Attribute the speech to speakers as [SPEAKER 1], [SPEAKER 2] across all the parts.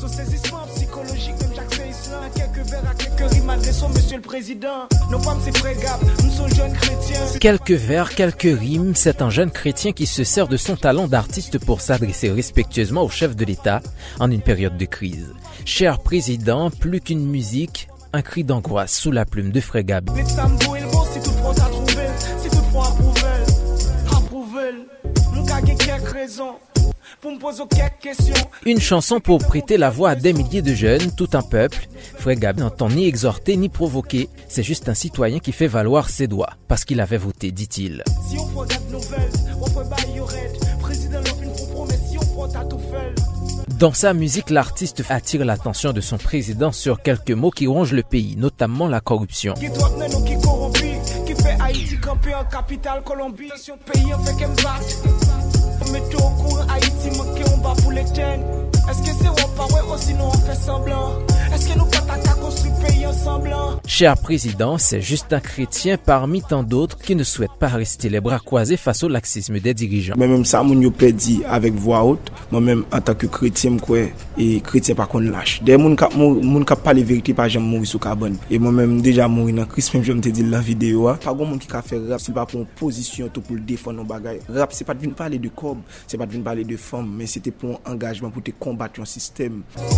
[SPEAKER 1] saisissement psychologique, même Jacques Islam. Quelques vers à quelques rimes adressons Monsieur le Président. Nos femmes c'est Frégab, nous sommes jeunes chrétiens.
[SPEAKER 2] Quelques vers, quelques rimes, c'est un jeune chrétien qui se sert de son talent d'artiste pour s'adresser respectueusement au chef de l'État en une période de crise. Cher président, plus qu'une musique, un cri d'angoisse sous la plume de Frégab.
[SPEAKER 1] Si toutefois t'as trouvé, si toutefois approuvé, nous gagnons quelques raisons. Pour me poser quelques questions.
[SPEAKER 2] Une chanson pour prêter la voix à des milliers de jeunes, tout un peuple. Frégab n'entend ni exhorter ni provoquer. C'est juste un citoyen qui fait valoir ses droits. Parce qu'il avait voté, dit-il.
[SPEAKER 1] Si on regarde nouvelles, on peut bailler au raid. Président l'offre une promesse, si on prend à tout fait.
[SPEAKER 2] Dans sa musique, l'artiste attire l'attention de son président sur quelques mots qui rongent le pays, notamment la corruption.
[SPEAKER 1] Qui doit mener nous qui corrompus, qui fait Haïti camper en capitale Colombie. Attention pays en fait qu'elle me batte. Mettez au courant Haïti manqué on bat pour les chaînes. Est-ce que c'est on pas ouais ou sinon on fait semblant? Est-ce que nous pas qu'à construire pays ensemble?
[SPEAKER 2] Cher président, c'est juste un chrétien parmi tant d'autres qui ne souhaitent pas rester les bras croisés face au laxisme des dirigeants.
[SPEAKER 3] Moi-même ça mon yo dit avec voix haute, moi-même en tant que chrétien quoi et chrétien pas qu'on lâche. Des moun ka parler vérité pas jamais mourir sous carbone. Et moi-même déjà mourir dans Christ même je me te dit dans vidéo, pas grand monde qui ka faire rap, c'est pas pour une position tout pour le défendre nos bagages. Rap c'est pas de venir parler de corps, c'est pas de venir parler de femmes, mais c'était pour un engagement pour te combattre un système.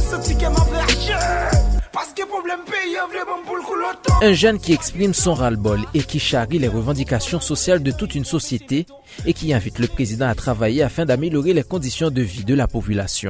[SPEAKER 2] Un jeune qui exprime son ras-le-bol et qui charrie les revendications sociales de toute une société et qui invite le président à travailler afin d'améliorer les conditions de vie de la population.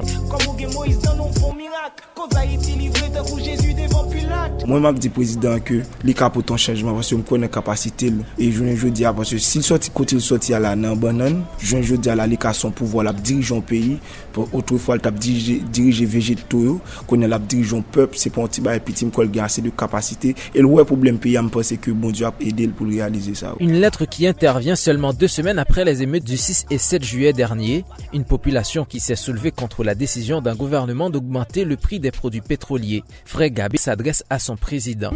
[SPEAKER 3] Moi, je dis président que les cas pour ton changement parce que je connais capacité et je dis parce que s'il sorti côté sorti à la banane, je dis à la les cas son pouvoir la dirigeant pays pour autrefois t'a diriger végétaux, connaît la dirigeant peuple, c'est pour un petit bail petit me a assez de capacité et le problème pays me pense que bon Dieu a aidé pour réaliser ça.
[SPEAKER 2] Une lettre qui intervient seulement 2 semaines après les émeutes du 6 et 7 juillet dernier, une population qui s'est soulevée contre la décision d'un gouvernement d'augmenter le prix des produits pétroliers. Frégab s'adresse à son président.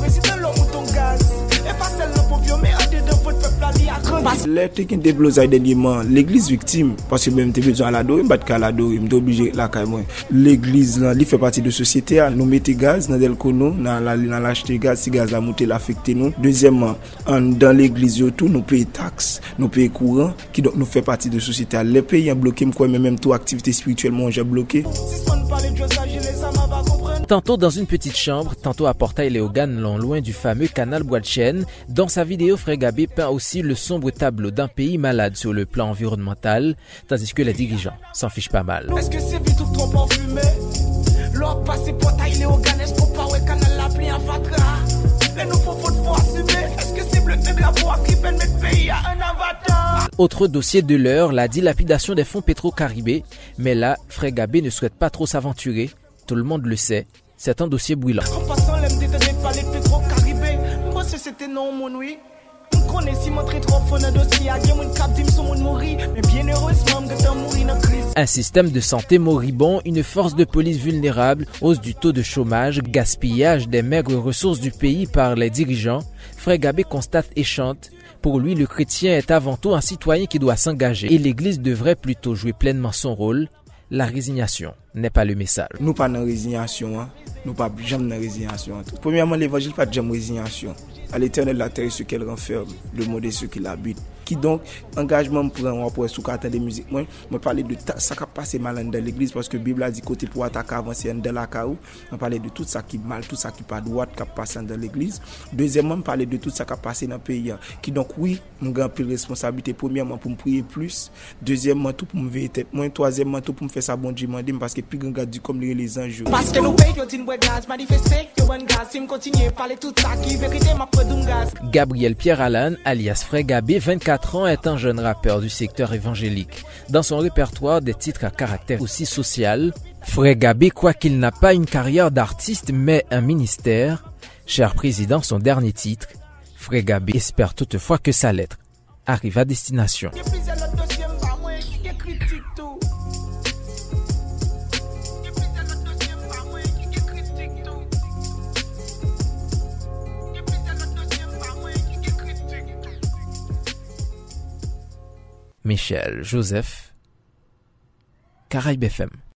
[SPEAKER 3] L'église victime, parce que même t'es besoin à l'adorer, m'es obligé la caille. L'église là, il fait partie de la société, nous mettons gaz dans le cono, dans l'acheter gaz, si gaz a monté l'affecté nous. Deuxièmement, dans l'église tout, nous payons taxes, nous payons courant, qui donc nous fait partie de la société. Les pays ont bloqué, même tout activité spirituellement j'ai bloqué.
[SPEAKER 2] Tantôt dans une petite chambre, tantôt à Portail-Léogane, non loin du fameux canal Bois de Chêne. Dans sa vidéo, Frégab peint aussi le sombre tableau d'un pays malade sur le plan environnemental, tandis que les dirigeants s'en fichent pas mal.
[SPEAKER 1] Est-ce que c'est vite ou trop parfumé? L'or passé Portail-Léogane, est-ce qu'on parle canal la pluie en fatra? Les nouveaux faut assumer. Est-ce que c'est bleu de drapeau qui fait notre pays à un avatar?
[SPEAKER 2] Autre dossier de l'heure, la dilapidation des fonds Petro-Caribé. Mais là, Frégab ne souhaite pas trop s'aventurer. Tout le monde le sait, c'est un dossier brûlant.
[SPEAKER 1] En passant, l'aime détenir par les Petro-Caribé. Moi, c'était non, mon oui. On connaît si mon très trop fond dans dossier. Il y a mon cap dim sur mon mourir. Mais bien heureusement, que t'as mouru dans crise.
[SPEAKER 2] Un système de santé moribond, une force de police vulnérable, hausse du taux de chômage, gaspillage des maigres ressources du pays par les dirigeants. Frégab constate et chante. Pour lui, le chrétien est avant tout un citoyen qui doit s'engager et l'Église devrait plutôt jouer pleinement son rôle. La résignation n'est pas le message.
[SPEAKER 3] Nous pas dans résignation, nous pas jamais dans résignation. Premièrement, l'évangile pas jamais résignation. À l'Éternel la terre ce qu'elle renferme, le monde est ce qui l'habite. Qui donc engagement me prend après sous carton de musique moi parler de ça qui passe mal dans l'église parce que Bible a dit côté pour attaquer avancer dans la caou. On parler de tout ça qui mal, tout ça qui pas droit qui passe dans l'église. Deuxièmement, on parler de tout ça qui passé dans le pays qui donc oui, mon grand pile responsabilité premièrement pour me prier plus, deuxièmement tout pour me veiller tête moins, troisièmement tout pour me faire ça bon Dieu demander parce que plus grand gars du comme les anges.
[SPEAKER 1] Parce que nous payons une boîte gaz manifester, yo bon gaz, si me continue parler tout ça qui vérité m'a produit gaz.
[SPEAKER 2] Gabriel Pierre Allan alias Frégab 24 ans est un jeune rappeur du secteur évangélique. Dans son répertoire, des titres à caractère aussi social. Frégab, quoiqu'il n'a pas une carrière d'artiste mais un ministère, cher président, son dernier titre, Frégab espère toutefois que sa lettre arrive à destination. Michel Joseph, Caraïbes FM.